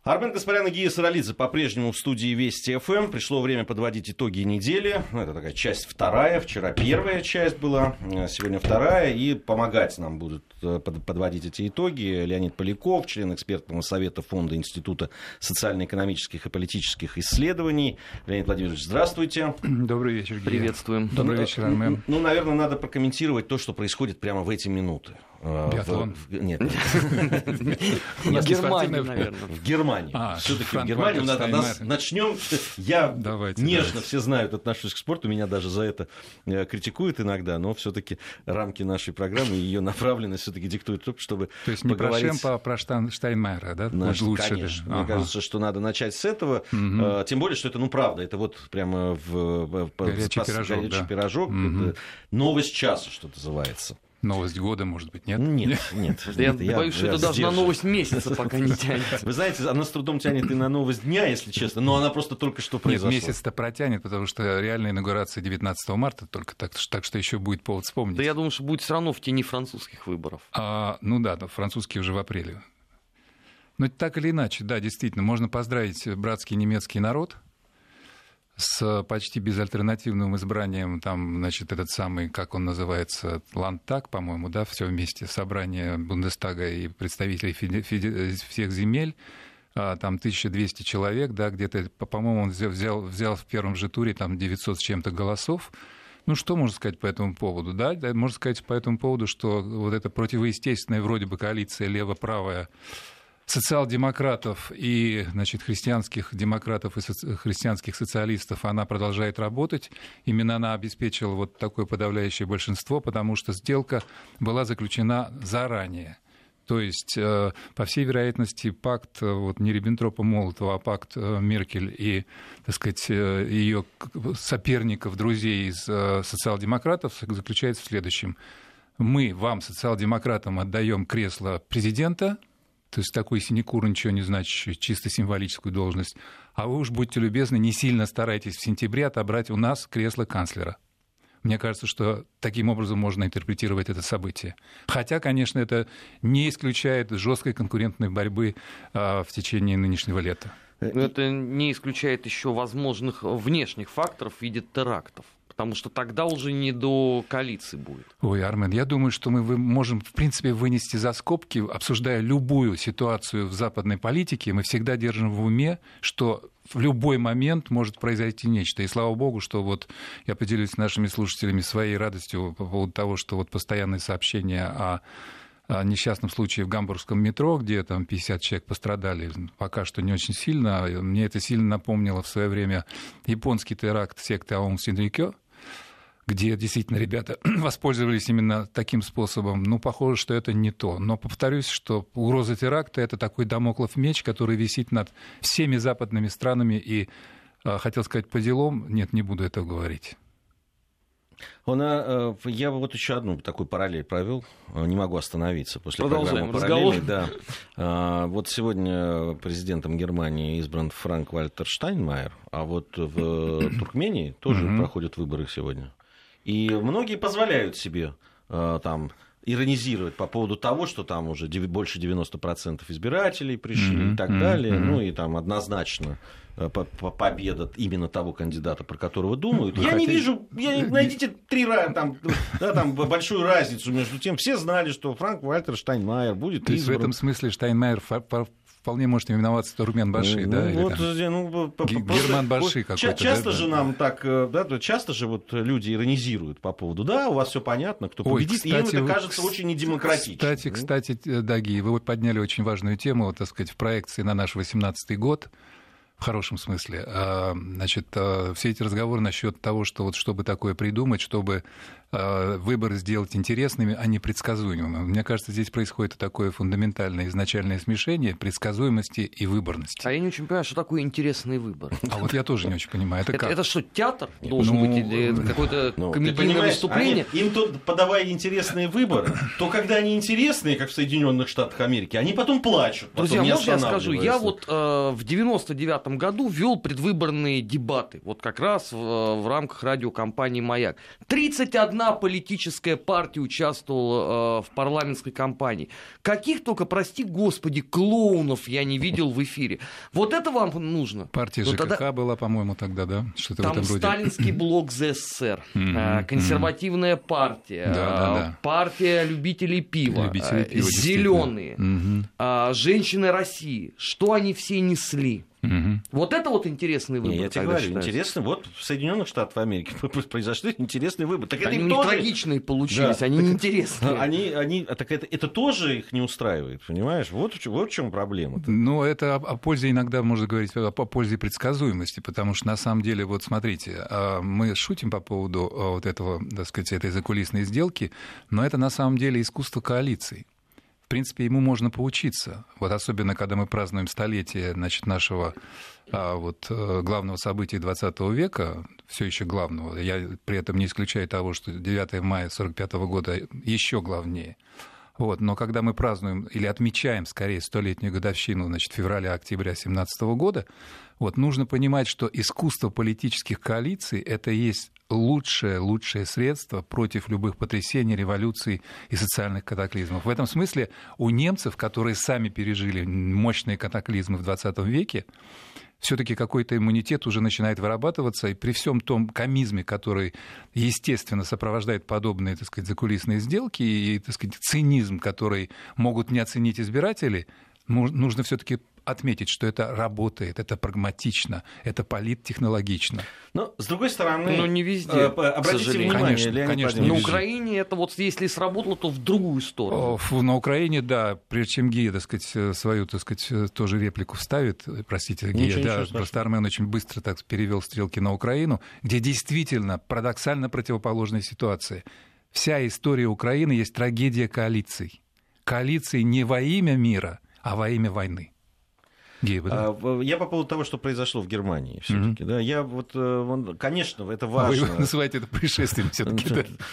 Армен Гаспарян и Гия Саралидзе по-прежнему в студии Вести ФМ. Пришло время подводить итоги недели. Это такая часть вторая. Вчера первая часть была, сегодня вторая. И помогать нам будут подводить эти итоги Леонид Поляков, член экспертного совета Фонда Института социально-экономических и политических исследований. Леонид Владимирович, здравствуйте. Добрый вечер, Гия. Приветствуем. Добрый вечер, Армен. Наверное, надо прокомментировать то, что происходит прямо в эти минуты. Биатлон? Нет. В Германии, наверное. В Германии. Все-таки в Германии. Начнем. Я нежно, все знают, отношусь к спорту. Меня даже за это критикуют иногда. Но все-таки рамки нашей программы и ее направленность все-таки диктуют, чтобы то есть не про Шемпа, а про Штайнмайера, да? Лучше. Конечно. Мне кажется, что надо начать с этого. Тем более, что это, правда, это вот прямо горячий пирожок. Новость часа, что называется. Новость года, может быть, нет? Нет. Я боюсь, что это даже на новость месяца пока не тянет. Вы знаете, она с трудом тянет и на новость дня, если честно, но она просто только что произошла. Нет, месяц-то протянет, потому что реальная инаугурация 19 марта только так что еще будет повод вспомнить. Да я думаю, что будет все равно в тени французских выборов. Французские уже в апреле. Но так или иначе, да, действительно, можно поздравить братский немецкий народ с почти безальтернативным избранием, там, значит, этот самый, как он называется, Ландтаг, по-моему, да, все вместе, собрание Бундестага и представителей всех земель, там 1200 человек, да, где-то, по-моему, он взял в первом же туре там 900 с чем-то голосов. Что можно сказать по этому поводу? Да, можно сказать по этому поводу, что вот эта противоестественная вроде бы коалиция лево-правая социал-демократов и, значит, христианских демократов и христианских социалистов, она продолжает работать. Именно она обеспечила вот такое подавляющее большинство, потому что сделка была заключена заранее. То есть, по всей вероятности, пакт не Риббентропа-Молотова, а пакт Меркель и, так сказать, ее соперников, друзей из социал-демократов заключается в следующем. Мы вам, социал-демократам, отдаем кресло президента, то есть такой синекур, ничего не значащую, чисто символическую должность. А вы уж, будьте любезны, не сильно старайтесь в сентябре отобрать у нас кресло канцлера. Мне кажется, что таким образом можно интерпретировать это событие. Хотя, конечно, это не исключает жесткой конкурентной борьбы в течение нынешнего лета. Но это не исключает еще возможных внешних факторов в виде терактов. Потому что тогда уже не до коалиции будет. Ой, Армен, я думаю, что мы можем, в принципе, вынести за скобки, обсуждая любую ситуацию в западной политике, мы всегда держим в уме, что в любой момент может произойти нечто. И слава богу, что вот я поделюсь с нашими слушателями своей радостью по поводу того, что вот постоянные сообщения о несчастном случае в гамбургском метро, где там 50 человек пострадали, пока что не очень сильно. Мне это сильно напомнило в свое время японский теракт секты Аум Синрикё, где действительно ребята воспользовались именно таким способом. Похоже, что это не то. Но повторюсь, что угроза теракта — это такой дамоклов меч, который висит над всеми западными странами. И, хотел сказать по делам, нет, не буду этого говорить. Я вот еще одну такую параллель провел, не могу остановиться после программы параллели. Да. Вот сегодня президентом Германии избран Франк-Вальтер Штайнмайер, а вот в Туркмении тоже проходят выборы сегодня. И многие позволяют себе там иронизировать по поводу того, что там уже больше 90% избирателей пришли и так далее, и там однозначно победа именно того кандидата, про которого думают. Не вижу, найдите там большую разницу между тем. Все знали, что Франк-Вальтер Штайнмайер будет избран. То есть в этом смысле Штайнмайер вполне может именоваться Туркмен-Баши, да? Герман-Баши какой-то. Часто же нам так, часто же вот люди иронизируют по поводу, у вас все понятно, кто победит, и им это кажется очень недемократичным. Кстати, Даги, вы вот подняли очень важную тему, так сказать, в проекции на наш 18-й год, в хорошем смысле. Значит, все эти разговоры насчет того, что вот чтобы такое придумать, чтобы выборы сделать интересными, а не предсказуемыми. Мне кажется, здесь происходит такое фундаментальное изначальное смешение предсказуемости и выборности. А я не очень понимаю, что такое интересный выбор. А вот я тоже не очень понимаю. Это как? Это что, театр должен быть или какое-то комедийное выступление? Им тут, подавая интересные выборы, то когда они интересные, как в Соединенных Штатах Америки, они потом плачут. Друзья, можно я скажу? Я вот в 99 году вел предвыборные дебаты, вот как раз в рамках радиокомпании «Маяк». 31 политическая партия участвовала в парламентской кампании. Каких только, прости господи, клоунов я не видел в эфире. Вот это вам нужно. Партия ЖКХ тогда... была, по-моему, тогда, да? Что-то там в этом роде. Сталинский блок ЗССР, консервативная партия, партия любителей пива, зеленые, женщины России. Что они все несли? Вот это вот интересный выбор. Я тебе говорю, интересно. Вот в Соединенных Штатах Америки произошли интересные выборы. Так они не трагичные получились, да. Они неинтересные. Это тоже их не устраивает, понимаешь? Вот в чем проблема. Ну, это о пользе иногда можно говорить, о пользе предсказуемости, потому что на самом деле, вот смотрите, мы шутим по поводу вот этого, так сказать, этой закулисной сделки, но это на самом деле искусство коалиций. В принципе, ему можно поучиться. Вот особенно, когда мы празднуем столетие, значит, нашего главного события XX века, все еще главного. Я при этом не исключаю того, что 9 мая 1945 года еще главнее. Вот. Но когда мы празднуем или отмечаем, скорее, 100-летнюю годовщину, значит, февраля-октября 1917 года, вот, нужно понимать, что искусство политических коалиций – это и есть лучшее средство против любых потрясений, революций и социальных катаклизмов. В этом смысле у немцев, которые сами пережили мощные катаклизмы в 20 веке, все-таки какой-то иммунитет уже начинает вырабатываться, и при всем том комизме, который, естественно, сопровождает подобные, так сказать, закулисные сделки, и, так сказать, цинизм, который могут не оценить избиратели, нужно все-таки отметить, что это работает, это прагматично, это политтехнологично. Но, с другой стороны, но не везде, обратите внимание, конечно, на Украине это вот если сработало, то в другую сторону. На Украине, да, прежде чем Гия, так сказать, свою, так сказать, тоже реплику вставит, простите, Гия, да, просто Армен очень быстро так перевел стрелки на Украину, где действительно парадоксально противоположная ситуация. Вся история Украины есть трагедия коалиций. Коалиции не во имя мира, а во имя войны. Я по поводу того, что произошло в Германии все-таки. Да, я вот, конечно, это важно. Вы называете это происшествием все-таки.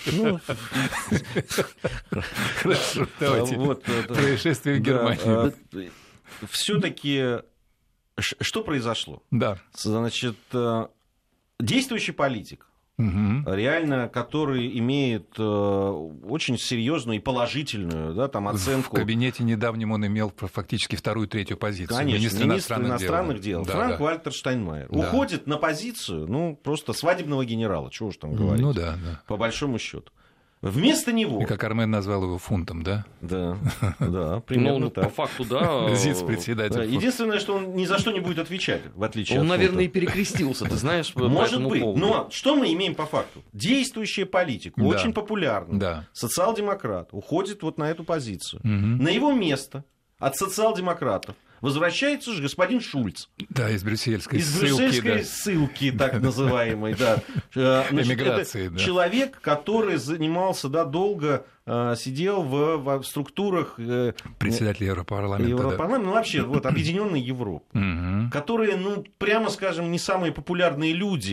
Хорошо, давайте. Происшествие в Германии. Все-таки что произошло? Да. Значит, действующий политик, реально, который имеет очень серьезную и положительную, да, там, оценку. В кабинете недавнем он имел фактически вторую-третью позицию. Конечно, министр иностранных дел. Да, Франк-Вальтер Штайнмайер. Да. Уходит на позицию, просто свадебного генерала, чего уж там говорить, по большому счету. Вместо него... И как Армен назвал его фунтом, да? Да, примерно так. По факту, да. Зиц-председатель. Единственное, что он ни за что не будет отвечать, в отличие от фунта. Он, наверное, и перекрестился, ты знаешь, по Может быть, но что мы имеем по факту? Действующая политика, очень популярная, социал-демократ, уходит вот на эту позицию. На его место от социал-демократов возвращается же господин Шульц. Да, из брюссельской ссылки. Из брюссельской ссылки, так называемой, да. Эмиграции, да. Человек, который занимался, долго сидел в структурах... Председатель Европарламента. Вообще, Объединенной Европы, которые, прямо скажем, не самые популярные люди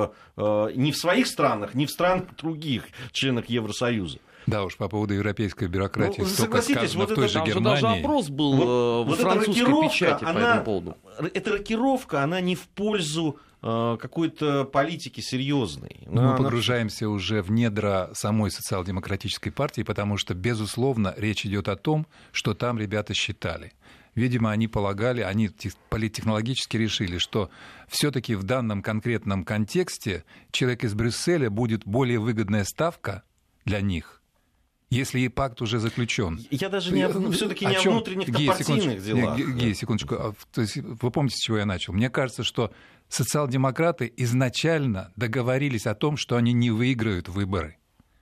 ни в своих странах, ни в странах других, членах Евросоюза. Да уж, по поводу европейской бюрократии столько сказано в той же Германии. Даже опрос был в французской печати по этому поводу. Эта рокировка, она не в пользу какой-то политики серьезной. Мы погружаемся уже в недра самой социал-демократической партии, потому что, безусловно, речь идет о том, что там ребята считали. Видимо, они полагали, они политтехнологически решили, что все-таки в данном конкретном контексте человек из Брюсселя будет более выгодная ставка для них, если и пакт уже заключен. Я даже все-таки не о внутренних-то партийных делах. Гея, секундочку. То есть, вы помните, с чего я начал? Мне кажется, что социал-демократы изначально договорились о том, что они не выиграют выборы.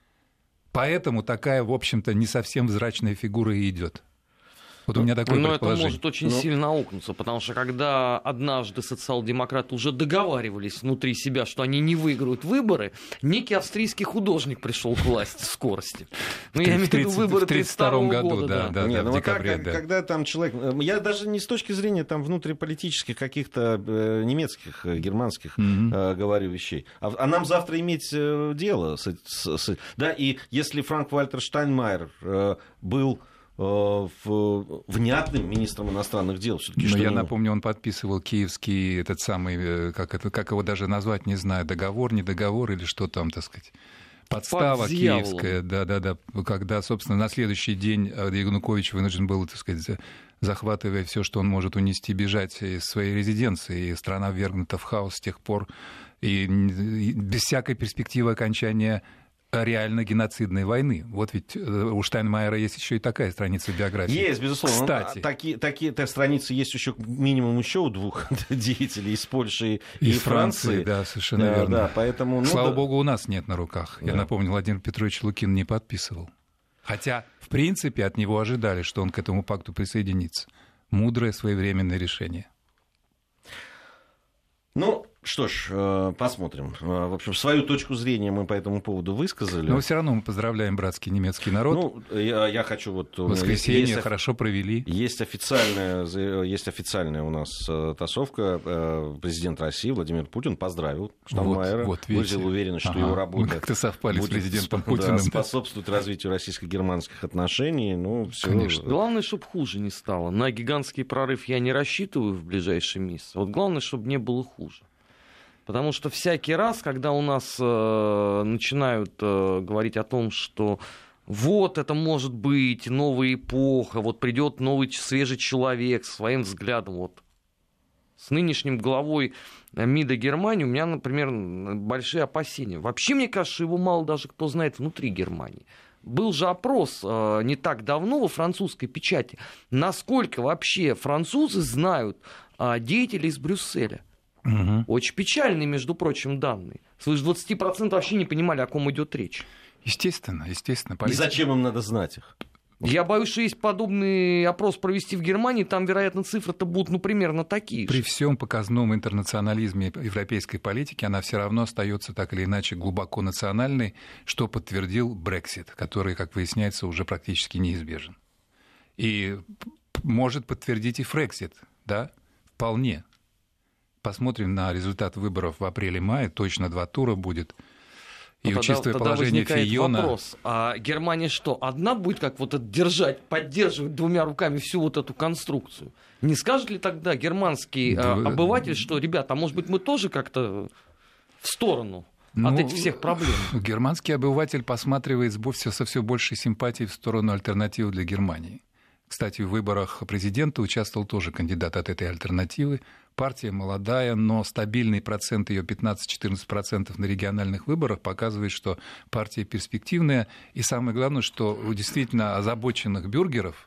Поэтому такая, в общем-то, не совсем взрачная фигура и идет. Вот у меня такое предположение. Но это может очень сильно аукнуться, потому что когда однажды социал-демократы уже договаривались внутри себя, что они не выиграют выборы, некий австрийский художник пришел к власти в скорости. Я имею в виду выборы 1932 году, да, в декабре. Когда там человек... Я даже не с точки зрения там внутриполитических каких-то немецких, германских говорю вещей. А нам завтра иметь дело с... Да, и если Франк-Вальтер Штайнмайер был внятным министром иностранных дел. Но я напомню, он подписывал киевский этот самый, как его даже назвать, не знаю, договор, не договор или что там, так сказать, подстава киевская, да, когда, собственно, на следующий день Янукович вынужден был, так сказать, захватывая все, что он может унести, бежать из своей резиденции, и страна ввергнута в хаос с тех пор, и без всякой перспективы окончания реально геноцидной войны. Вот ведь у Штайнмайера есть еще и такая страница в биографии. Есть, безусловно. Кстати, такие страницы есть еще минимум еще у двух деятелей из Польши и Франции. Да, совершенно верно. Да, поэтому, слава богу, у нас нет на руках. Да. Я напомню, Владимир Петрович Лукин не подписывал. Хотя, в принципе, от него ожидали, что он к этому пакту присоединится. Мудрое своевременное решение. Ну, что ж, посмотрим. В общем, свою точку зрения мы по этому поводу высказали. Но все равно мы поздравляем братский немецкий народ. Ну, я хочу вот... Воскресенье хорошо провели. Есть официальная у нас тасовка. Президент России Владимир Путин поздравил Штайнмайера. Выразил уверенность, что его работа... Мы как-то совпали с президентом Путиным. Способствует развитию российско-германских отношений. Ну, все. Конечно. Главное, чтобы хуже не стало. На гигантский прорыв я не рассчитываю в ближайший месяц. Вот главное, чтобы не было хуже. Потому что всякий раз, когда у нас начинают говорить о том, что вот это может быть новая эпоха, вот придет новый свежий человек со своим взглядом, вот с нынешним главой МИДа Германии у меня, например, большие опасения. Вообще, мне кажется, что его мало даже кто знает внутри Германии. Был же опрос не так давно во французской печати, насколько вообще французы знают деятелей из Брюсселя. Угу. Очень печальные, между прочим, данные. Свыше 20% вообще не понимали, о ком идет речь. Естественно. И зачем им надо знать их? Я боюсь, что если подобный опрос провести в Германии, там, вероятно, цифры-то будут, примерно такие же. При всем показном интернационализме европейской политики она все равно остается так или иначе глубоко национальной, что подтвердил Брексит, который, как выясняется, уже практически неизбежен. И может подтвердить и Фрексит, да, вполне. Посмотрим на результат выборов в апреле-мае, точно 2 тура будет. И учитывая положение Фийона... вопрос, а Германия что, одна будет как вот это держать, поддерживать 2 руками всю вот эту конструкцию? Не скажет ли тогда германский обыватель, что, ребята, а может быть мы тоже как-то в сторону от этих всех проблем? Германский обыватель посматривает со все большей симпатией в сторону альтернативы для Германии. Кстати, в выборах президента участвовал тоже кандидат от этой альтернативы. Партия молодая, но стабильный процент ее 15-14% на региональных выборах показывает, что партия перспективная. И самое главное, что у действительно озабоченных бюргеров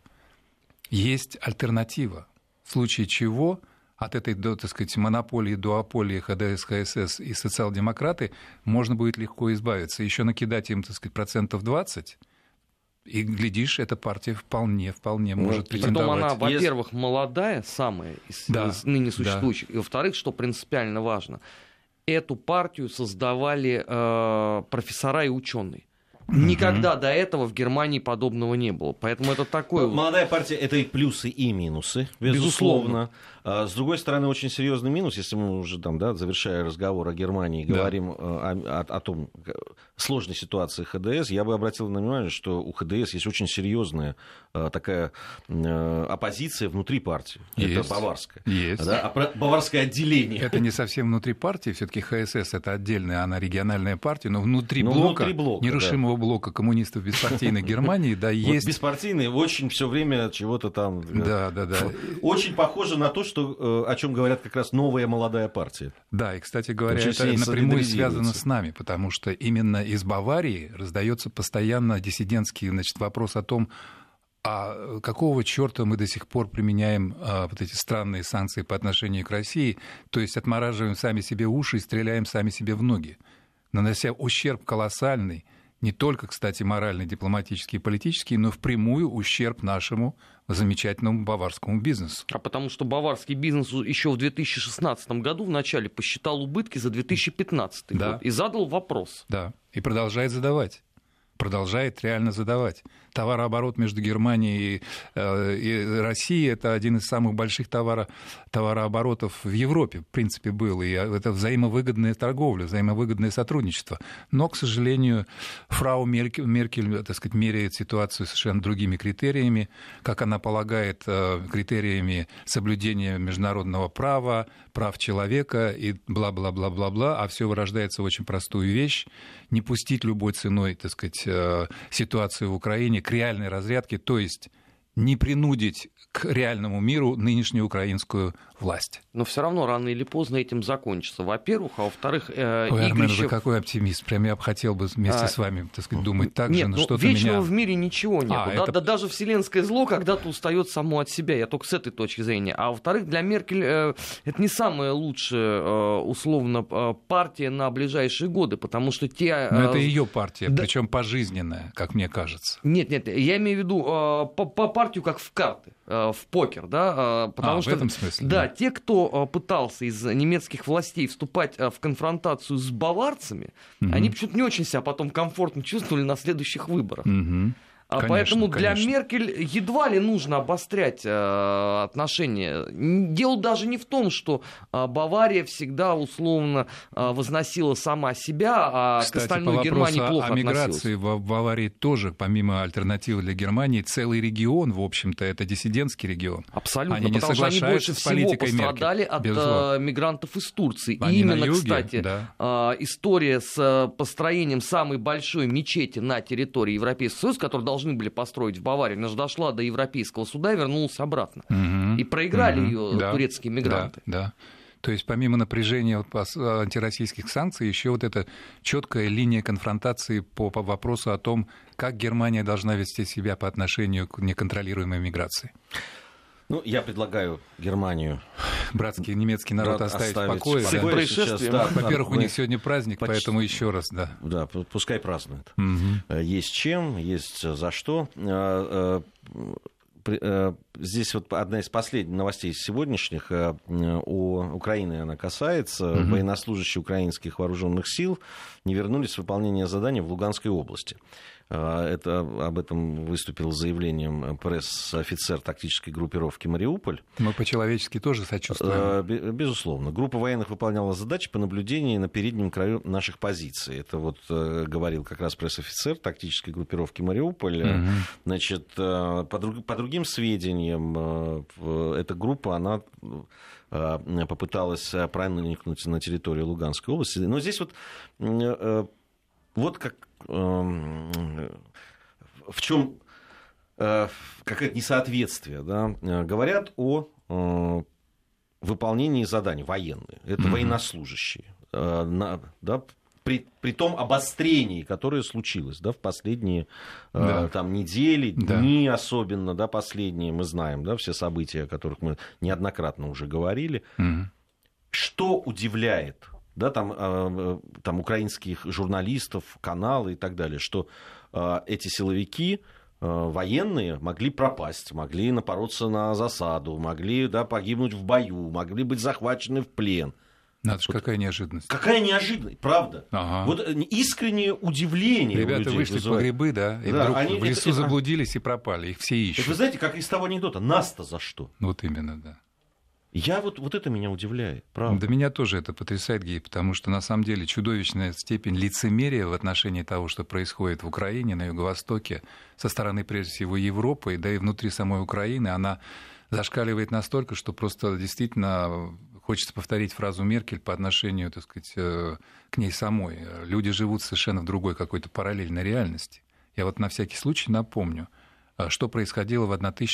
есть альтернатива. В случае чего от этой, так сказать, монополии, дуополии ХДС, ХСС и социал-демократы можно будет легко избавиться. Еще накидать им, так сказать, 20%. И, глядишь, эта партия вполне может претендовать. Потом она, во-первых, молодая, самая из ныне существующих. Да. И, во-вторых, что принципиально важно, эту партию создавали профессора и ученые. Никогда до этого в Германии подобного не было. Поэтому это такое... Молодая партия — это и плюсы, и минусы, безусловно. С другой стороны, очень серьезный минус, если мы уже, завершая разговор о Германии, говорим о том, сложной ситуации ХДС, я бы обратил внимание, что у ХДС есть очень серьезная такая оппозиция внутри партии. Есть. Это баварская. Есть. Да? Баварское отделение. Это не совсем внутри партии, все-таки ХСС — это отдельная, она региональная партия, но внутри блока, нерушимого блока коммунистов беспартийной Германии, есть... Беспартийные очень все время чего-то там... Да. Очень похоже на то, о чем говорят как раз новая молодая партия. Да, и, кстати говоря, это напрямую связано с нами, потому что именно из Баварии раздается постоянно диссидентский вопрос о том, а какого черта мы до сих пор применяем вот эти странные санкции по отношению к России, то есть отмораживаем сами себе уши и стреляем сами себе в ноги, нанося ущерб колоссальный, не только, кстати, моральный, дипломатический и политический, но впрямую ущерб нашему замечательному баварскому бизнесу. А потому что баварский бизнес еще в 2016 году в начале посчитал убытки за 2015 год и задал вопрос. Да, и продолжает задавать. продолжает реально задавать. Товарооборот между Германией и Россией — это один из самых больших товарооборотов в Европе, в принципе, был. И это взаимовыгодная торговля, взаимовыгодное сотрудничество. Но, к сожалению, фрау Меркель, так сказать, меряет ситуацию совершенно другими критериями, как она полагает, критериями соблюдения международного права, прав человека и бла-бла-бла-бла-бла, а все вырождается в очень простую вещь: не пустить любой ценой, так сказать, ситуацию в Украине к реальной разрядке, то есть не принудить к реальному миру нынешнюю украинскую власть. Но все равно рано или поздно этим закончится. Во-первых, а во-вторых... Ой, Армен, вы какой оптимист. Прям я бы хотел бы вместе с вами, так сказать, думать так же, но что-то вечного в мире ничего нет. Да, даже вселенское зло когда-то устает само от себя. Я только с этой точки зрения. А во-вторых, для Меркель это не самая лучшая, условно, партия на ближайшие годы, потому что те... Но это ее партия, причем пожизненная, как мне кажется. Нет, я имею в виду партию как в карты, в покер, да, потому что... в этом смысле? Да, те, кто пытался из немецких властей вступать в конфронтацию с баварцами, они почему-то не очень себя потом комфортно чувствовали на следующих выборах. Конечно, поэтому для Меркель едва ли нужно обострять отношения. Дело даже не в том, что Бавария всегда условно возносила сама себя, а к остальной Германии плохо относилась. О миграции в Баварии тоже, помимо альтернативы для Германии, целый регион, в общем-то, это диссидентский регион. Абсолютно, они потому что они больше всего пострадали от мигрантов из Турции. И именно, кстати, история с построением самой большой мечети на территории Европейского Союза, которая должны были построить в Баварии, она же дошла до Европейского суда и вернулась обратно. И проиграли ее турецкие мигранты. Да. То есть помимо напряжения антироссийских санкций, еще вот эта четкая линия конфронтации по вопросу о том, как Германия должна вести себя по отношению к неконтролируемой миграции. Ну, я предлагаю Германию... Братский немецкий народ оставить в покое. С происшествием. Во-первых, у них сегодня праздник, поэтому еще раз, да. Да, пускай празднуют. Есть чем, есть за что. Здесь вот одна из последних новостей сегодняшних. У Украины она касается. Военнослужащие украинских вооруженных сил не вернулись с выполнения задания в Луганской области. Об этом выступил с заявлением пресс-офицер тактической группировки «Мариуполь». Мы по-человечески тоже сочувствуем. Безусловно. Группа военных выполняла задачи по наблюдению на переднем краю наших позиций. Это вот говорил как раз пресс-офицер тактической группировки «Мариуполь». Значит, по другим сведениям, эта группа, она попыталась проникнуть на территорию Луганской области. Но здесь вот как... В чем какое-то несоответствие, да? Говорят о выполнении заданий военные. Это военнослужащие. Да, при том обострении, которое случилось, да, в последние там, недели, дни особенно, да, последние, мы знаем, да, все события, о которых мы неоднократно уже говорили. Что удивляет? Да, там украинских журналистов, каналы и так далее, что эти силовики военные могли пропасть, могли напороться на засаду, могли, да, погибнуть в бою, могли быть захвачены в плен. Надо же, какая неожиданность. Какая неожиданность, правда. Вот искреннее удивление. Ребята вышли по грибы, да, и вдруг в лесу заблудились и пропали, их все ищут. Это, вы знаете, как из того анекдота, нас-то за что? Вот именно, да. Вот это меня удивляет, правда. Да меня тоже это потрясает, Гей, потому что на самом деле чудовищная степень лицемерия в отношении того, что происходит в Украине, на Юго-Востоке, со стороны, прежде всего, Европы, да и внутри самой Украины, она зашкаливает настолько, что просто действительно хочется повторить фразу Меркель по отношению, так сказать, к ней самой. Люди живут совершенно в другой какой-то параллельной реальности. Я вот на всякий случай напомню, что происходило в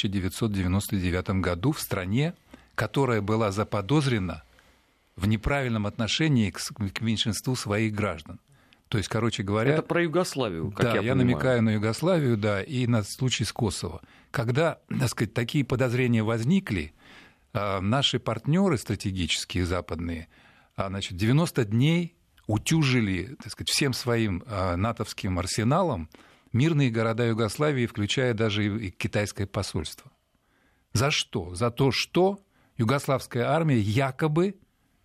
1999 году в стране, которая была заподозрена в неправильном отношении к меньшинству своих граждан. То есть, короче говоря... Это про Югославию, как я понимаю. Я намекаю на Югославию, да, и на случай с Косово. Когда, так сказать, такие подозрения возникли, наши партнеры стратегические западные, 90 дней утюжили, так сказать, всем своим натовским арсеналом мирные города Югославии, включая даже и китайское посольство. За что? За то, что югославская армия якобы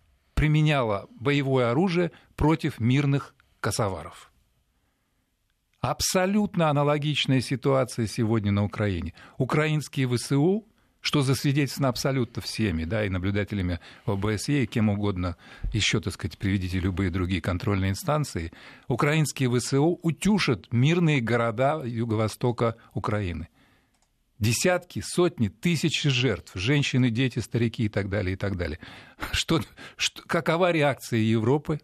применяла боевое оружие против мирных косоваров. Абсолютно аналогичная ситуация сегодня на Украине. Украинские ВСУ, что засвидетельствовано абсолютно всеми, да, и наблюдателями ОБСЕ, и кем угодно еще, так сказать, приведите любые другие контрольные инстанции, украинские ВСУ утюшат мирные города юго-востока Украины. Десятки, сотни, тысячи жертв, женщины, дети, старики и так далее, и так далее. Какова реакция Европы?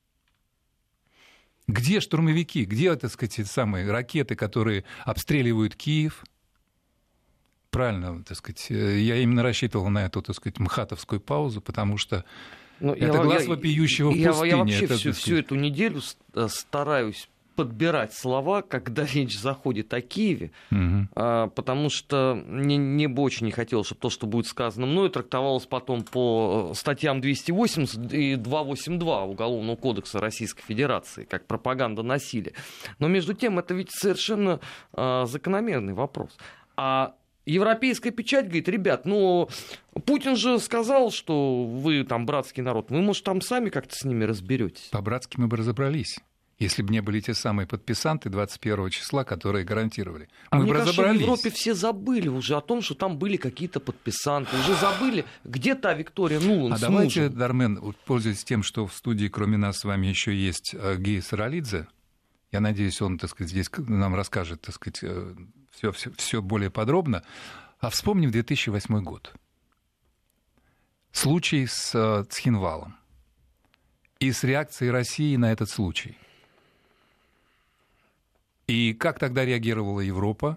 Где штурмовики, где, так сказать, самые ракеты, которые обстреливают Киев? Правильно, так сказать, я именно рассчитывал на эту, так сказать, мхатовскую паузу, потому что это глаз вопиющего в пустыне. Я вообще всю эту неделю стараюсь подбирать слова, когда речь заходит о Киеве, потому что мне бы очень не хотелось, чтобы то, что будет сказано мною, трактовалось потом по статьям 280 и 282 Уголовного кодекса Российской Федерации, как пропаганда насилия. Но между тем, это ведь совершенно закономерный вопрос. А европейская печать говорит: ребят, Путин же сказал, что вы там братский народ, вы, может, там сами как-то с ними разберетесь. По-братски мы бы разобрались. Если бы не были те самые подписанты 21 числа, которые гарантировали. Мы бы разобрались. В Европе все забыли уже о том, что там были какие-то подписанты. Уже забыли, где та Виктория Нуланд. А давайте, Дармен, пользуясь тем, что в студии кроме нас с вами еще есть Гия Саралидзе, я надеюсь, он, так сказать, здесь нам расскажет, так сказать, все более подробно. А вспомним 2008 год. Случай с Цхинвалом. И с реакцией России на этот случай. И как тогда реагировала Европа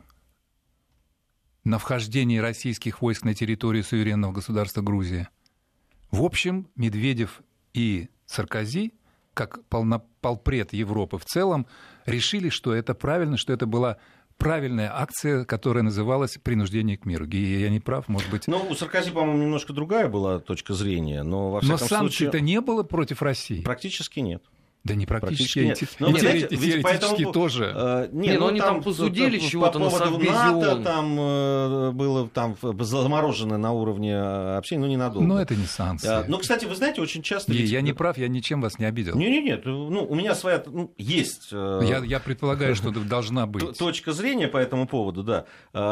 на вхождение российских войск на территорию суверенного государства Грузия? В общем, Медведев и Саркози, как полпред Европы в целом, решили, что это правильно, что это была правильная акция, которая называлась «Принуждение к миру». Гия, я не прав, может быть... У Саркози, по-моему, немножко другая была точка зрения, но во всяком случае... Но санкций-то не было против России? Практически нет. Да не практически, нет. Теоретически тоже. Они там позудили чего-то на Совбезе ООН. Там было заморожено на уровне общения, не надолго. Но это не санкции. Но, кстати, вы знаете, очень часто... Я не прав, я ничем вас не обидел. Нет, у меня своя есть... Я предполагаю, что должна быть. Точка зрения по этому поводу, да.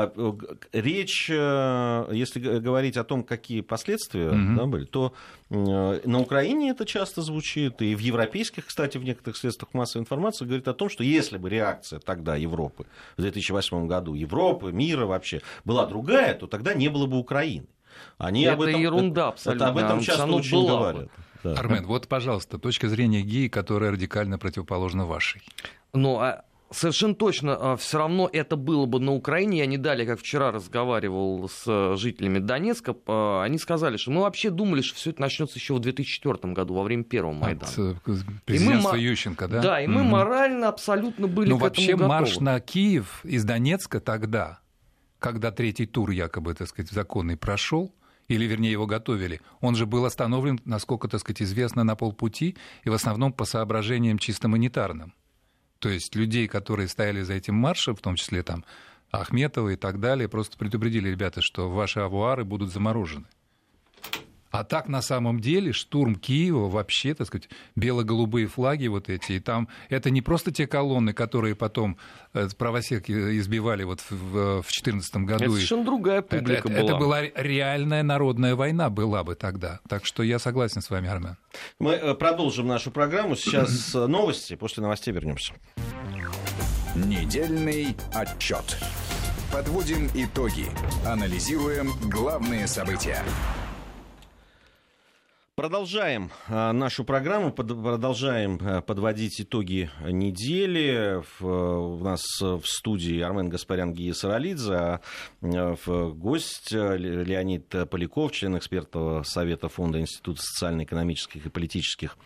Речь, если говорить о том, какие последствия были, то на Украине это часто звучит, и в европейских, кстати, в некоторых средствах массовой информации говорит о том, что если бы реакция тогда Европы в 2008 году, Европы, мира вообще, была другая, то тогда не было бы Украины. Они это ерунда абсолютно. Об этом часто очень говорят. Да. Армен, вот, пожалуйста, точка зрения Гии, которая радикально противоположна вашей. Совершенно точно, все равно это было бы на Украине. Я не далее, как вчера разговаривал с жителями Донецка, они сказали, что мы вообще думали, что все это начнется еще в 2004 году, во время первого Майдана. От президентства Ющенко, да? Да, и мы морально абсолютно были к этому готовы. Вообще марш на Киев из Донецка тогда, когда третий тур якобы, так сказать, законный прошел, или, вернее, его готовили, он же был остановлен, насколько, так сказать, известно, на полпути, и в основном по соображениям чисто монетарным. То есть людей, которые стояли за этим маршем, в том числе там Ахметова и так далее, просто предупредили, ребята, что ваши авуары будут заморожены. А так, на самом деле, штурм Киева, вообще, так сказать, бело-голубые флаги вот эти, и там это не просто те колонны, которые потом правосек избивали вот в 2014 году. Это совершенно другая публика была. Это была реальная народная война, была бы тогда. Так что я согласен с вами, Армен. Мы продолжим нашу программу. Сейчас новости, после новостей вернемся. Недельный отчет. Подводим итоги. Анализируем главные события. Продолжаем нашу программу, продолжаем подводить итоги недели. У нас в студии Армен Гаспарян, Гия Саралидзе, гость Леонид Поляков, член экспертного совета Фонда Института социально-экономических и политических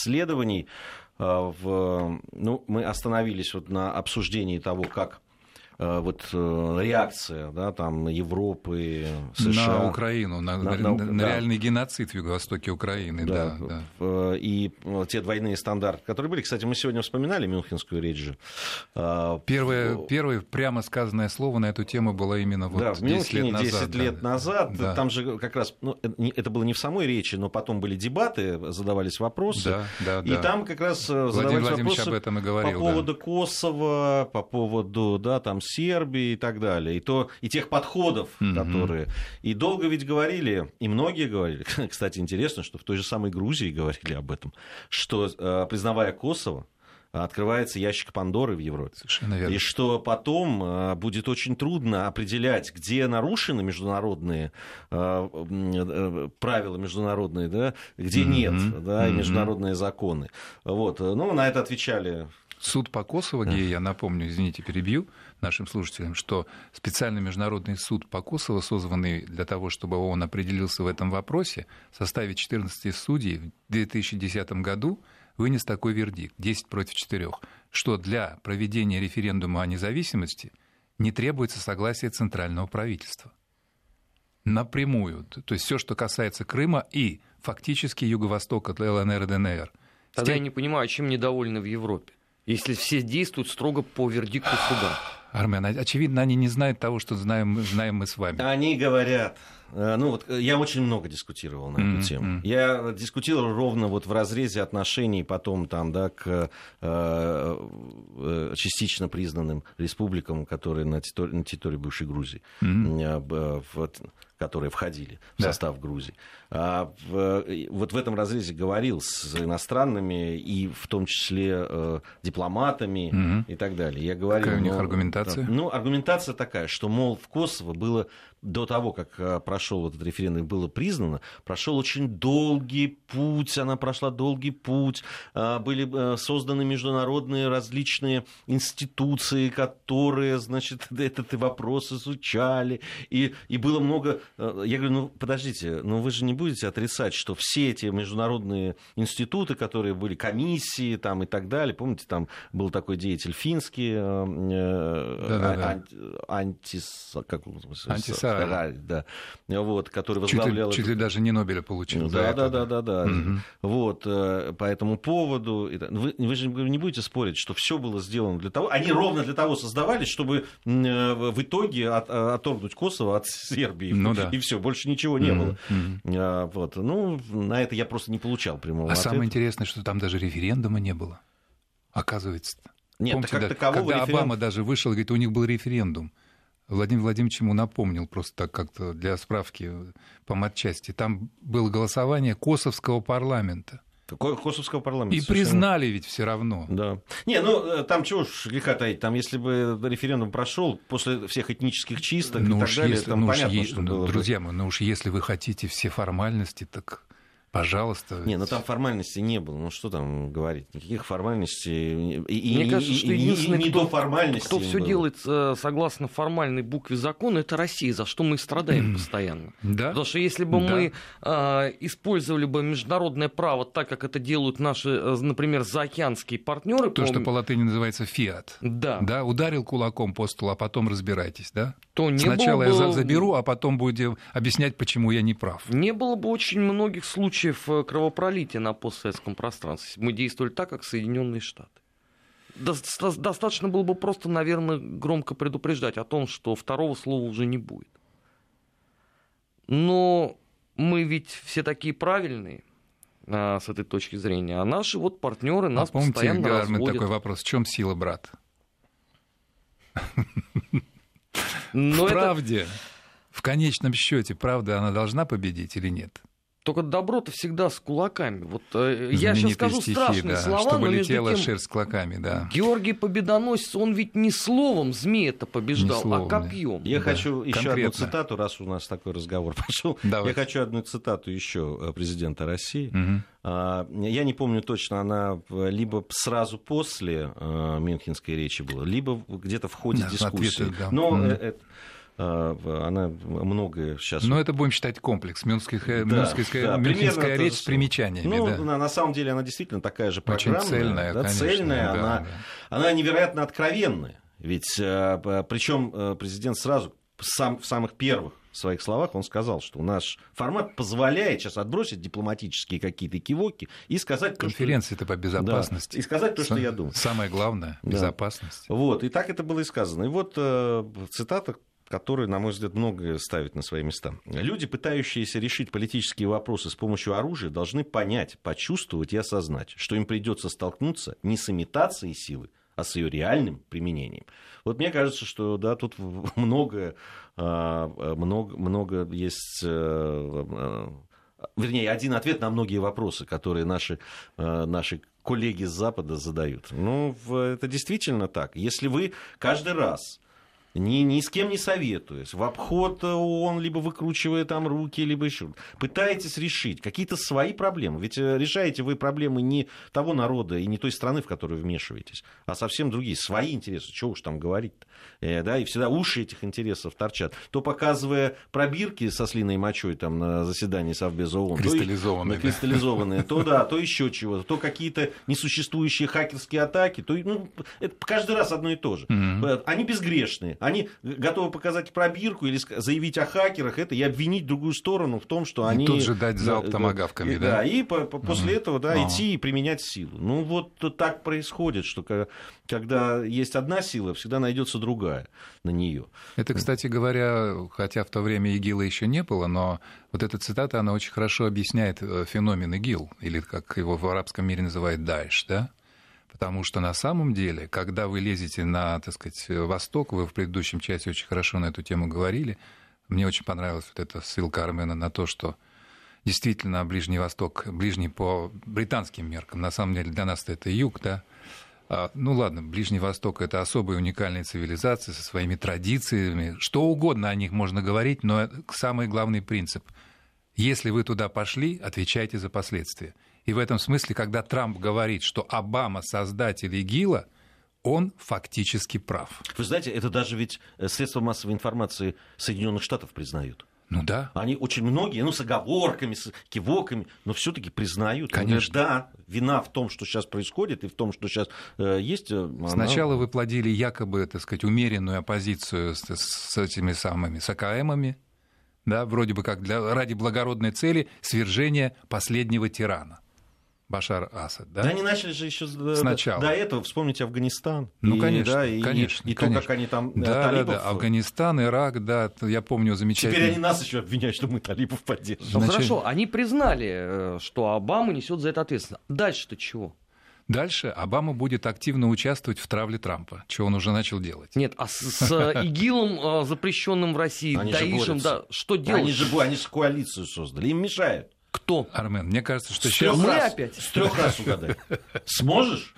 исследований. Мы остановились на обсуждении того, как вот реакция, да, там, Европы, США. На Украину, на реальный геноцид в юго-востоке Украины. Да. И те двойные стандарты, которые были. Кстати, мы сегодня вспоминали Мюнхенскую речь же. Первое прямо сказанное слово на эту тему было именно вот в Мюнхене 10 лет назад. Да. Там же как раз, это было не в самой речи, но потом были дебаты, задавались вопросы. И там как раз задавались вопросы об этом и говорил, по поводу Косово, по поводу там, Сербии и так далее. И тех подходов, которые... И долго ведь говорили, и многие говорили, кстати, интересно, что в той же самой Грузии говорили об этом, что, признавая Косово, открывается ящик Пандоры в Европе. Совершенно верно. И что потом будет очень трудно определять, где нарушены международные правила международные, да, где нет, да, и международные законы. Вот. Ну, на это отвечали... Суд по Косово, где я напомню, извините, перебью нашим слушателям, что специальный международный суд по Косово, созванный для того, чтобы ООН определился в этом вопросе, в составе 14 судей в 2010 году вынес такой вердикт 10 против 4, что для проведения референдума о независимости не требуется согласие центрального правительства. Напрямую. То есть все, что касается Крыма и фактически юго-востока ЛНР и ДНР. Тогда я не понимаю, чем недовольны в Европе, если все действуют строго по вердикту суда. Армен, очевидно, они не знают того, что знаем мы с вами. Они говорят... Ну вот я очень много дискутировал на эту тему. Я дискутировал ровно вот в разрезе отношений потом там, да, к частично признанным республикам, которые на территории бывшей Грузии, которые входили в состав Грузии. Вот в этом разрезе говорил с иностранными и в том числе дипломатами и так далее. Я говорил, какая у них аргументация? Ну, аргументация такая, что, мол, в Косово было до того, как прошел этот референдум, было признано, прошел очень долгий путь, она прошла долгий путь, были созданы международные различные институции, которые, значит, этот вопрос изучали, и было много... Я говорю, ну, подождите, но вы же не будете отрицать, что все эти международные институты, которые были, комиссии там и так далее, помните, там был такой деятель финский, Антисарай, да, вот, который возглавлял... Чуть ли даже не Нобеля получил. Да. Вот, по этому поводу... Вы же не будете спорить, что все было сделано для того... Они ровно для того создавались, чтобы в итоге отторгнуть Косово от Сербии. И все, больше ничего не было. Вот. Ну, на это я просто не получал прямого ответа. Самое интересное, что там даже референдума не было. Оказывается-то. Нет, помните, как такового когда Обама даже вышел и говорит, у них был референдум. Владимир Владимирович ему напомнил, просто так как-то для справки по матчасти. Там было голосование косовского парламента. Косовского парламента. И признали ведь все равно. Да. Не, ну там чего ж греха таить, там если бы референдум прошел после всех этнических чисток и так далее, там понятно, что было. Друзья мои, уж если вы хотите все формальности, так... Пожалуйста. Не, там формальностей не было. Ну что там говорить? Никаких формальностей. Мне кажется, что единственный, кто все делает согласно формальной букве закона, это Россия, за что мы и страдаем постоянно. Да? Потому что если бы мы использовали бы международное право так, как это делают наши, например, заокеанские партнеры. То, что по латыни называется фиат. Да. Ударил кулаком по столу, а потом разбирайтесь, да? То не Сначала было бы... я заберу, а потом будем объяснять, почему я не прав. Не было бы очень многих случаев кровопролития на постсоветском пространстве, если бы мы действовали так, как Соединенные Штаты. Достаточно было бы просто, наверное, громко предупреждать о том, что второго слова уже не будет. Но мы ведь все такие правильные с этой точки зрения, а наши вот партнеры нас постоянно разводят. Помните, такой вопрос, в чем сила, брат? В правде, в конечном счете, правда, она должна победить или нет? Только добро-то всегда с кулаками. Вот я сейчас скажу страшные слова, чтобы но между летела тем, шерсть с клоками, да. Георгий Победоносец, он ведь не словом змея-то побеждал, а копьем. Я хочу еще одну цитату, раз у нас такой разговор пошел. Я хочу одну цитату еще президента России. Я не помню точно, она либо сразу после Мюнхенской речи была, либо где-то в ходе дискуссии. Но она многое сейчас... Но это будем считать комплекс. Мюнхенская речь с примечаниями. Ну, на самом деле она действительно такая же программная. Очень цельная, конечно. Цельная, она невероятно откровенная. Ведь причем президент сразу в самых первых своих словах он сказал, что наш формат позволяет сейчас отбросить дипломатические какие-то кивоки и сказать... Конференции-то по безопасности. Да, и сказать то, что я думаю. Самое главное — безопасность. Вот, и так это было и сказано. И вот цитата, которая, на мой взгляд, многое ставит на свои места. Люди, пытающиеся решить политические вопросы с помощью оружия, должны понять, почувствовать и осознать, что им придется столкнуться не с имитацией силы, а с ее реальным применением. Вот мне кажется, что да, тут много есть, вернее, один ответ на многие вопросы, которые наши коллеги с Запада задают. Ну, это действительно так. Если вы каждый раз, ни с кем не советуясь, в обход ООН, либо выкручивая там руки, либо еще, пытаетесь решить какие-то свои проблемы. Ведь решаете вы проблемы не того народа и не той страны, в которую вмешиваетесь, а совсем другие, свои интересы. Чего уж там говорить-то? Да, и всегда уши этих интересов торчат. То показывая пробирки со слиной мочой там, на заседании Совбеза ООН, кристаллизованные, то еще чего-то, то какие-то несуществующие хакерские атаки, то это каждый раз одно и то же. Они безгрешные. Они готовы показать пробирку или заявить о хакерах это и обвинить другую сторону в том, что они... И тут же дать залп томагавками, да? Да, и после этого идти и применять силу. Ну, вот так происходит, что когда есть одна сила, всегда найдется другая на нее. Это, кстати говоря, хотя в то время ИГИЛа еще не было, но вот эта цитата, она очень хорошо объясняет феномен ИГИЛ, или как его в арабском мире называют Даиш, да? Потому что на самом деле, когда вы лезете на, так сказать, восток, вы в предыдущем часе очень хорошо на эту тему говорили, мне очень понравилась вот эта ссылка Армена на то, что действительно Ближний Восток, ближний по британским меркам, на самом деле для нас это юг, да. Ну ладно, Ближний Восток — это особая уникальная цивилизация со своими традициями, что угодно о них можно говорить, но самый главный принцип — если вы туда пошли, отвечайте за последствия. И в этом смысле, когда Трамп говорит, что Обама создатель ИГИЛа, он фактически прав. Вы знаете, это даже ведь средства массовой информации Соединенных Штатов признают. Ну да. Они очень многие, с оговорками, с кивоками, но все-таки признают. Конечно. Да, вина в том, что сейчас происходит, и в том, что сейчас есть. Сначала вы плодили якобы, так сказать, умеренную оппозицию с этими самыми СКМами, да, вроде бы как ради благородной цели свержения последнего тирана. Башар Асад, да? Да, они начали же еще сначала. До этого, вспомните Афганистан. Ну, конечно, конечно. И то, как они там талибов... Да, Афганистан, Ирак, да, я помню замечательно. Теперь они нас еще обвиняют, что мы талибов поддерживаем. Ну, хорошо, они признали, что Обама несет за это ответственность. Дальше-то чего? Дальше Обама будет активно участвовать в травле Трампа, что он уже начал делать. Нет, а с ИГИЛом, запрещенным в России, Даишем, да, что делать? Они же коалицию создали, им мешают. Кто? Армен, мне кажется, что сейчас... С 3 раз угадай. Сможешь?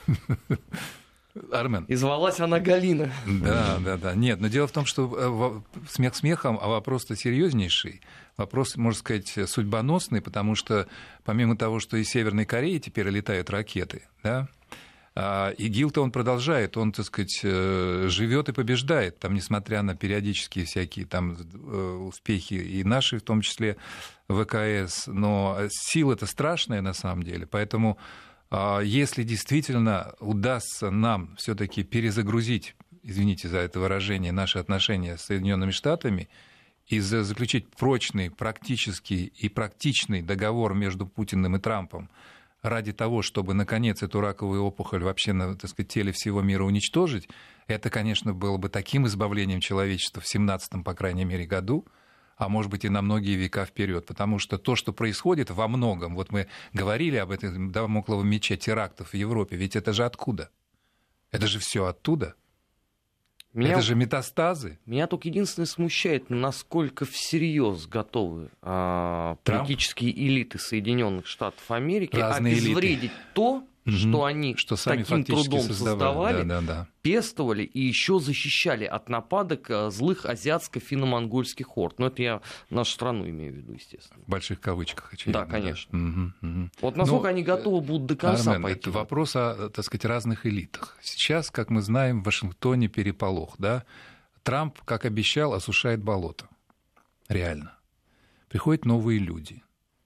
Армен. И звалась она Галина. Да. Нет, но дело в том, что смех смехом, а вопрос-то серьезнейший. Вопрос, можно сказать, судьбоносный, потому что помимо того, что из Северной Кореи теперь летают ракеты, да, ИГИЛ-то он продолжает, он, так сказать, живет и побеждает, там, несмотря на периодические всякие там успехи и наши, в том числе ВКС, но сила-то страшная на самом деле, поэтому если действительно удастся нам все-таки перезагрузить, извините за это выражение, наши отношения с Соединенными Штатами и заключить прочный, практический и практичный договор между Путиным и Трампом ради того, чтобы, наконец, эту раковую опухоль вообще на, так сказать, теле всего мира уничтожить, это, конечно, было бы таким избавлением человечества в 17-м, по крайней мере, году, а может быть и на многие века вперед, потому что то, что происходит во многом, вот мы говорили об этом дамокловом мече терактов в Европе, ведь это же откуда? Это же все оттуда. Это же метастазы. Меня только единственное смущает, насколько всерьез готовы политические элиты Соединенных Штатов Америки обезвредить то, что они таким трудом создавали, пестовали и еще защищали от нападок злых азиатско-финно-монгольских орд. Но это я нашу страну имею в виду, естественно. В больших кавычках, очевидно. Да, конечно. Вот насколько они готовы будут до конца Армен, пойти. Это вопрос о, так сказать, разных элитах. Сейчас, как мы знаем, в Вашингтоне переполох. Да? Трамп, как обещал, осушает болото. Реально. Приходят новые люди.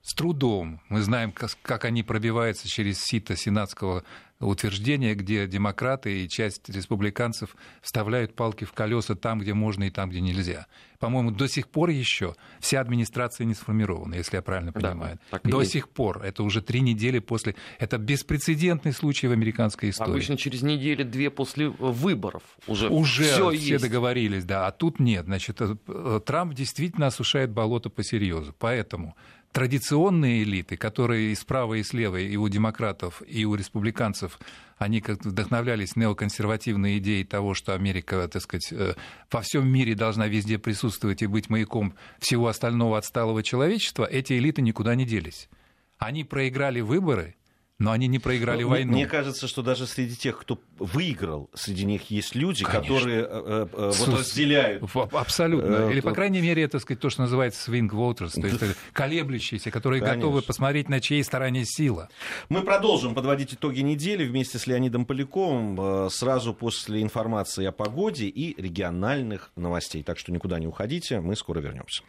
С трудом. Мы знаем, как они пробиваются через сито сенатского утверждения, где демократы и часть республиканцев вставляют палки в колеса там, где можно и там, где нельзя. По-моему, до сих пор еще вся администрация не сформирована, если я правильно понимаю. Да, до сих пор. Это уже 3 недели после... Это беспрецедентный случай в американской истории. Обычно через неделю-две после выборов уже все есть. Договорились, да. А тут нет. Значит, Трамп действительно осушает болото по серьезу. Поэтому традиционные элиты, которые и справа, и слева, и у демократов, и у республиканцев, они как-то вдохновлялись неоконсервативной идеей того, что Америка, так сказать, во всем мире должна везде присутствовать и быть маяком всего остального отсталого человечества, эти элиты никуда не делись. Они проиграли выборы, но они не проиграли войну. Мне кажется, что даже среди тех, кто выиграл, среди них есть люди, конечно, которые вот разделяют. Абсолютно. Или, по крайней мере, это, сказать, то, что называется swing voters, то есть колеблющиеся, которые готовы посмотреть, на чьей стороне сила. Мы продолжим подводить итоги недели вместе с Леонидом Поляковым сразу после информации о погоде и региональных новостей. Так что никуда не уходите, мы скоро вернемся.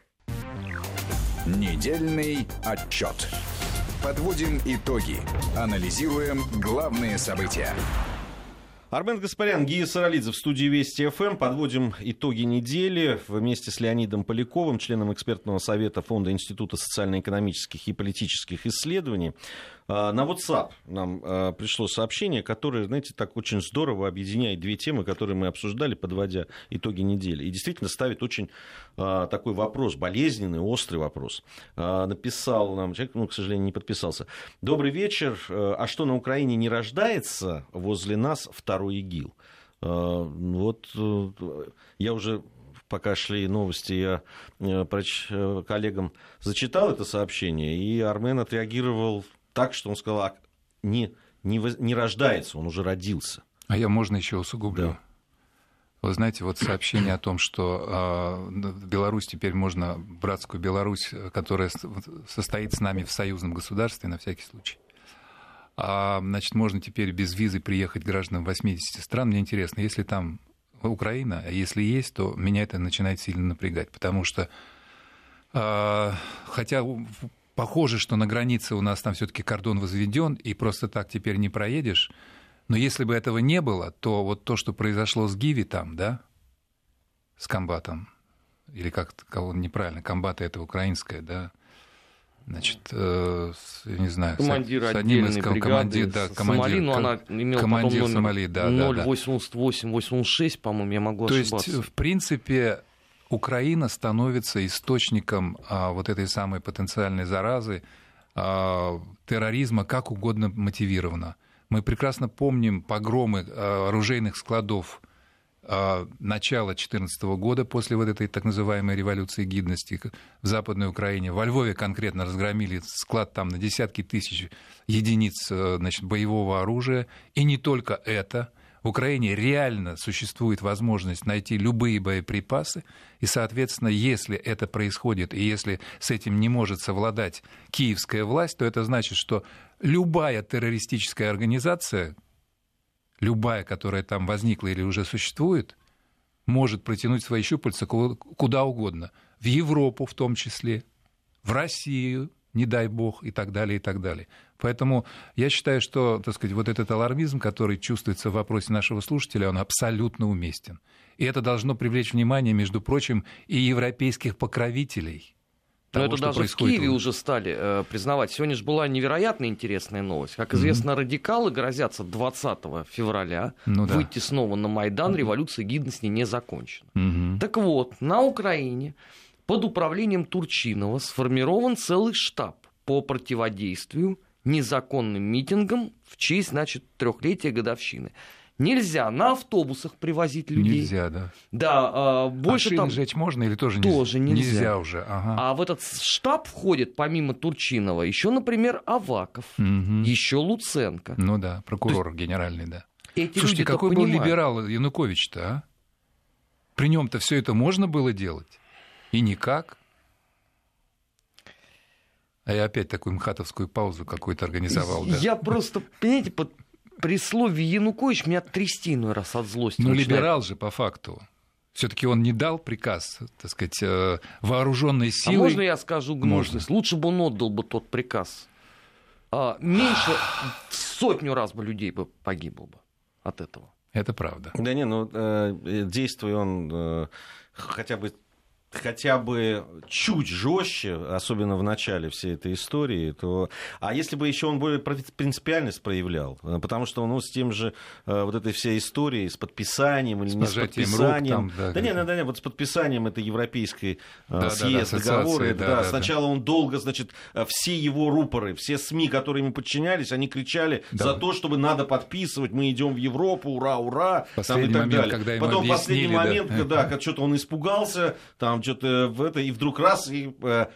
Недельный отчет. Подводим итоги. Анализируем главные события. Армен Гаспарян, Гия Саралидзе в студии Вести ФМ. Подводим итоги недели вместе с Леонидом Поляковым, членом экспертного совета Фонда Института социально-экономических и политических исследований. На WhatsApp нам пришло сообщение, которое, знаете, так очень здорово объединяет две темы, которые мы обсуждали, подводя итоги недели. И действительно ставит очень такой вопрос, болезненный, острый вопрос. Написал нам человек, к сожалению, не подписался. Добрый вечер. А что, на Украине не рождается возле нас второй ИГИЛ? Вот я уже... Пока шли новости, я коллегам зачитал это сообщение, и Армен отреагировал так, что он сказал, не рождается, он уже родился. А я, можно еще усугублю? Да. Вы знаете, вот сообщение о том, что в Беларусь теперь можно, братскую Беларусь, которая состоит с нами в союзном государстве, на всякий случай, значит, можно теперь без визы приехать гражданам 80 стран. Мне интересно, если там Украина, а если есть, то меня это начинает сильно напрягать, потому что, хотя похоже, что на границе у нас там все-таки кордон возведен, и просто так теперь не проедешь, но если бы этого не было, то вот то, что произошло с Гиви там, да, с комбатом, или как кого неправильно, комбата это украинское, да, значит, я не знаю, командир отдельной бригады Сомали, но она имела командир потом номер Сомали, да, 088-86, по-моему, я могу ошибаться. То есть, в принципе, Украина становится источником вот этой самой потенциальной заразы, терроризма, как угодно мотивировано. Мы прекрасно помним погромы оружейных складов начала 2014 года, после вот этой так называемой революции гидности в Западной Украине. Во Львове конкретно разгромили склад там на десятки тысяч единиц, значит, боевого оружия. И не только это. В Украине реально существует возможность найти любые боеприпасы. И, соответственно, если это происходит, и если с этим не может совладать киевская власть, то это значит, что любая террористическая организация, любая, которая там возникла или уже существует, может протянуть свои щупальца куда угодно. В Европу в том числе, в Россию, не дай бог, и так далее, и так далее. Поэтому я считаю, что, так сказать, вот этот алармизм, который чувствуется в вопросе нашего слушателя, он абсолютно уместен. И это должно привлечь внимание, между прочим, и европейских покровителей. Но это даже в Киеве уже стали признавать. Сегодня же была невероятно интересная новость. Как известно, радикалы грозятся 20 февраля выйти снова на Майдан. Революция гидности не закончена. Так вот, на Украине под управлением Турчинова сформирован целый штаб по противодействию незаконным митингам в честь, значит, 3-летия годовщины. Нельзя на автобусах привозить людей. Нельзя, да. Да, больше шины там... сжечь можно или тоже нельзя? Тоже нельзя уже. Ага. А в этот штаб входит, помимо Турчинова, еще, например, Аваков, еще Луценко. Ну да, прокурор генеральный, да. Эти Слушайте, какой был либерал Янукович-то, а? При нем-то все это можно было делать? И никак. А я опять такую мхатовскую паузу какую-то организовал. Да? Я просто, понимаете, при слове Янукович меня трясти иной раз от злости. Ну, либерал же, по факту. Все-таки он не дал приказ, так сказать, вооруженной силой. А можно я скажу гнусность? Лучше бы он отдал бы тот приказ. Меньше сотню раз бы людей бы погибло бы от этого. Это правда. Да не, ну, действуя он хотя бы чуть жестче, особенно в начале всей этой истории, то... А если бы еще он более принципиальность проявлял, потому что он с тем же вот этой всей историей, с подписанием или с не с подписанием... Рук, там, да, вот с подписанием этой европейской съезд, договора. Да, сначала он долго, значит, все его рупоры, все СМИ, которые ему подчинялись, они кричали за то, чтобы надо подписывать, мы идем в Европу, ура, ура, там, и так далее. Когда потом в последний момент, когда что-то он испугался, там что-то в это, и вдруг раз, и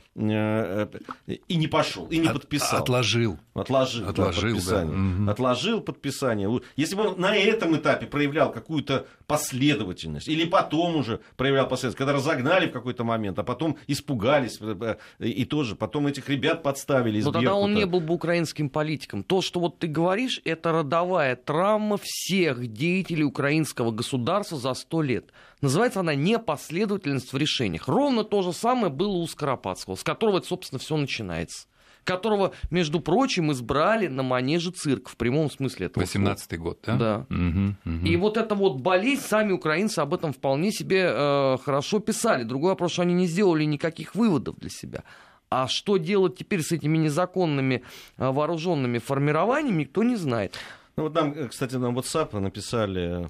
не пошел, и не подписал. Отложил подписание. Да. Угу. Отложил подписание. Если бы он на этом этапе проявлял какую-то последовательность, или потом уже проявлял последовательность, когда разогнали в какой-то момент, а потом испугались, и тоже потом этих ребят подставили. Но тогда он не был бы украинским политиком. То, что вот ты говоришь, это родовая травма всех деятелей украинского государства за 100 лет. Называется она непоследовательность в решениях. Ровно то же самое было у Скоропадского, с которого, собственно, все начинается. Которого, между прочим, избрали на манеже цирк, в прямом смысле этого слова. 18-й год, да? Да. Угу. И вот эта вот болезнь, сами украинцы об этом вполне себе хорошо писали. Другой вопрос, что они не сделали никаких выводов для себя. А что делать теперь с этими незаконными вооруженными формированиями, никто не знает. Ну вот нам, кстати, на WhatsApp написали,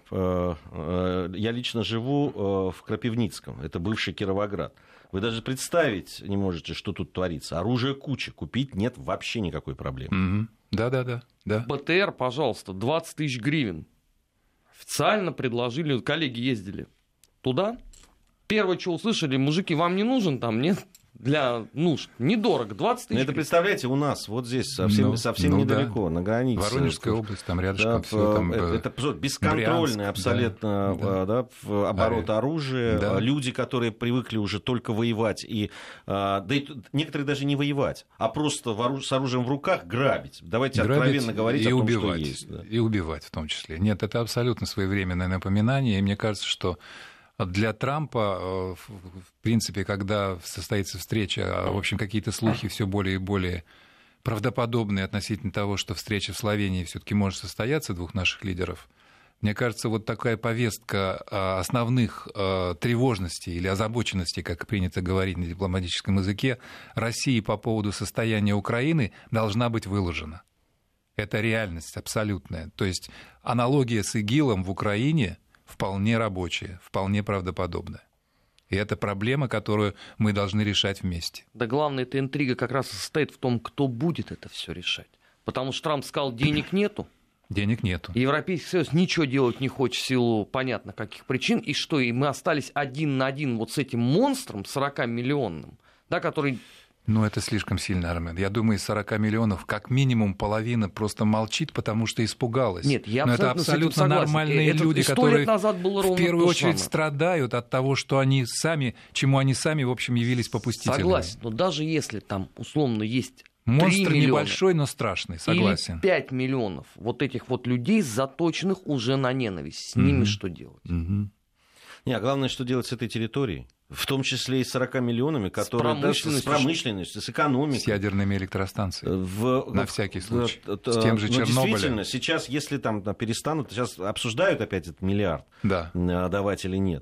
я лично живу в Крапивницком, это бывший Кировоград. Вы даже представить не можете, что тут творится. Оружия куча, купить нет вообще никакой проблемы. Да. БТР, пожалуйста, 20 тысяч гривен. Официально предложили, коллеги ездили туда. Первое, что услышали, мужики, вам не нужен там, нет? Для нужд. Недорого, 20 тысяч. Это, представляете, у нас, вот здесь, совсем недалеко, на границе. Воронежская область, там рядышком. Это бесконтрольный абсолютно оборот оружия. Люди, которые привыкли уже только воевать, и некоторые даже не воевать, а просто с оружием в руках грабить. Давайте откровенно говорить о том, что есть. И убивать в том числе. Нет, это абсолютно своевременное напоминание, и мне кажется, что для Трампа, в принципе, когда состоится встреча, в общем, какие-то слухи все более и более правдоподобные относительно того, что встреча в Словении все-таки может состояться двух наших лидеров, мне кажется, вот такая повестка основных тревожностей или озабоченностей, как принято говорить на дипломатическом языке, России по поводу состояния Украины должна быть выложена. Это реальность абсолютная. То есть аналогия с ИГИЛом в Украине вполне рабочая, вполне правдоподобная. И это проблема, которую мы должны решать вместе. Да главная эта интрига как раз состоит в том, кто будет это все решать. Потому что Трамп сказал, денег нету. Денег нету. Европейский Союз ничего делать не хочет в силу понятно каких причин. И что, и мы остались один на один вот с этим монстром 40-миллионным, да, который... Ну, это слишком сильно, Армен. Я думаю, из 40 миллионов как минимум половина просто молчит, потому что испугалась. Нет, я абсолютно нормальные люди, которые в первую очередь страдают от того, что они сами, чему они сами, в общем, явились попустителями. Согласен, но даже если там условно есть монстр небольшой, но страшный, согласен. Или 5 миллионов вот этих вот людей, заточенных уже на ненависть. С ними что делать? Не, а главное, что делать с этой территорией. В том числе и с 40 миллионами, которые с промышленностью, с экономикой. С ядерными электростанциями. На всякий случай. С тем же Чернобылем. Действительно, сейчас, если там перестанут, сейчас обсуждают опять этот миллиард, давать или нет.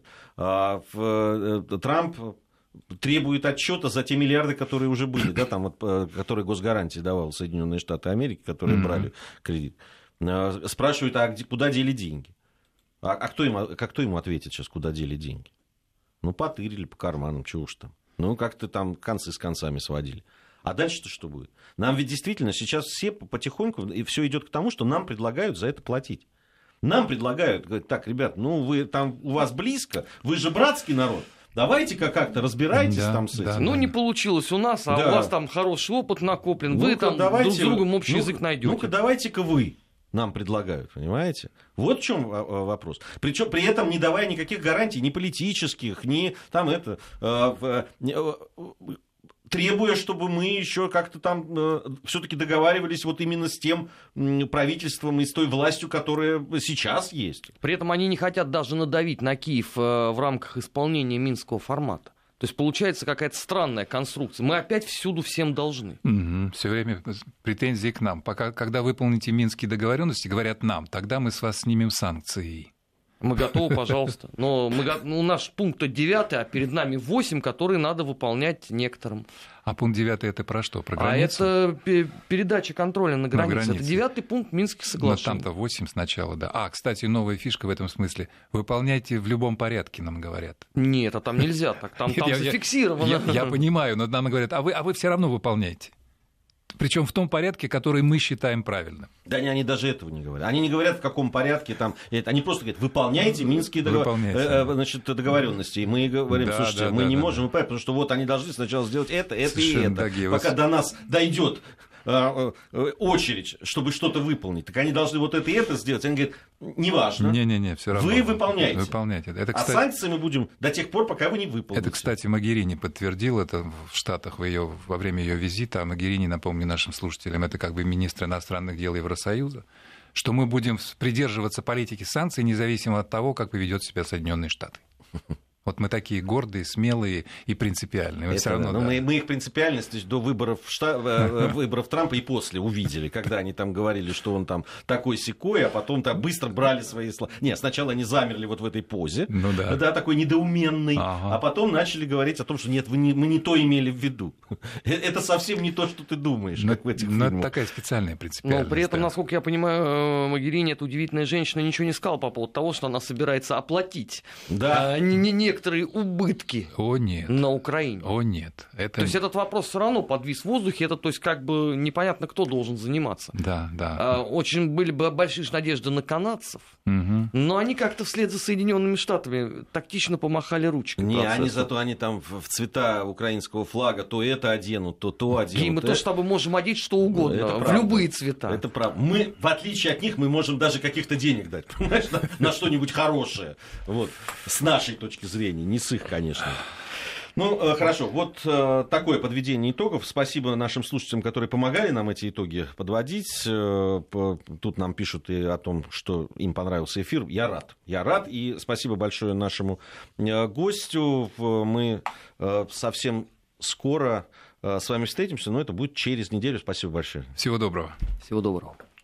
Трамп требует отчета за те миллиарды, которые уже были, да, там, которые госгарантии давал Соединенные Штаты Америки, которые брали кредит. Спрашивают, а куда дели деньги? А кто ему ответит сейчас, куда дели деньги? Ну, потырили по карманам, чего уж там. Ну, как-то там концы с концами сводили. А дальше-то что будет? Нам ведь действительно сейчас все потихоньку, и все идет к тому, что нам предлагают за это платить. Нам предлагают, говорят, так, ребят, ну, вы там, у вас близко, вы же братский народ. Давайте-ка как-то разбирайтесь там с этим. Ну, не получилось у нас, а у вас там хороший опыт накоплен. Вы там друг с другом общий язык найдете. Ну-ка, давайте-ка вы. Нам предлагают, понимаете? Вот в чем вопрос. Причем при этом не давая никаких гарантий, ни политических, ни там это... требуя, чтобы мы еще как-то там все-таки договаривались вот именно с тем правительством и с той властью, которая сейчас есть. При этом они не хотят даже надавить на Киев в рамках исполнения Минского формата. То есть получается какая-то странная конструкция. Мы опять всюду всем должны. Все время претензии к нам. Пока, когда выполните минские договоренности, говорят нам, тогда мы с вас снимем санкции. Мы готовы, пожалуйста. Но у нас пункт 9, а перед нами 8, которые надо выполнять некоторым. А пункт 9 это про что? Про границу? А это передача контроля на границе. Это 9-й пункт Минских соглашений. Но там-то 8 сначала, да. А, кстати, новая фишка в этом смысле. Выполняйте в любом порядке, нам говорят. Нет, а там нельзя так. Там зафиксировано. Я понимаю, но нам говорят, а вы все равно выполняйте. Причем в том порядке, который мы считаем правильным. Да они даже этого не говорят. Они не говорят, в каком порядке там. Они просто говорят, выполняйте минские договоренности. И мы говорим, слушайте, мы не можем выполнять, потому что вот они должны сначала сделать это и это. Пока до нас дойдет очередь, чтобы что-то выполнить. Так они должны вот это и это сделать. Они говорят, неважно. Не, все равно. Вы выполняете. Это, кстати, а санкции мы будем до тех пор, пока вы не выполните. Это, кстати, Могерини подтвердил это в Штатах во время ее визита. А Могерини, напомню нашим слушателям, это как бы министр иностранных дел Евросоюза, что мы будем придерживаться политики санкций, независимо от того, как поведет себя Соединенные Штаты. Вот мы такие гордые, смелые и принципиальные. Это, все равно, да. Мы их принципиальность до выборов Трампа и после увидели, когда они там говорили, что он там такой-сякой, а потом там быстро брали свои слова. Нет, сначала они замерли вот в этой позе, да, такой недоуменный, а потом начали говорить о том, что нет, мы не то имели в виду. Это совсем не то, что ты думаешь, как в этих фильмах. Это такая специальная принципиальность. Но при этом, насколько я понимаю, Могерини, эта удивительная женщина, ничего не сказала по поводу того, что она собирается оплатить. Да. Некоторые убытки на Украине. То есть этот вопрос все равно подвис в воздухе. Это, то есть, как бы непонятно, кто должен заниматься. Да. Очень были бы большие надежды на канадцев, но они как-то вслед за Соединенными Штатами тактично помахали ручкой. Они там в цвета украинского флага то это оденут, то оденут. И мы тоже с тобой можем одеть что угодно, в любые цвета. Это правда. Мы, в отличие от них, мы можем даже каких-то денег дать, понимаешь, на что-нибудь хорошее. Вот, с нашей точки зрения. Не с их, конечно. Ну, хорошо, вот такое подведение итогов. Спасибо нашим слушателям, которые помогали нам эти итоги подводить. Тут нам пишут и о том, что им понравился эфир. Я рад. И спасибо большое нашему гостю. Мы совсем скоро с вами встретимся, но это будет через неделю. Спасибо большое. Всего доброго. Всего доброго.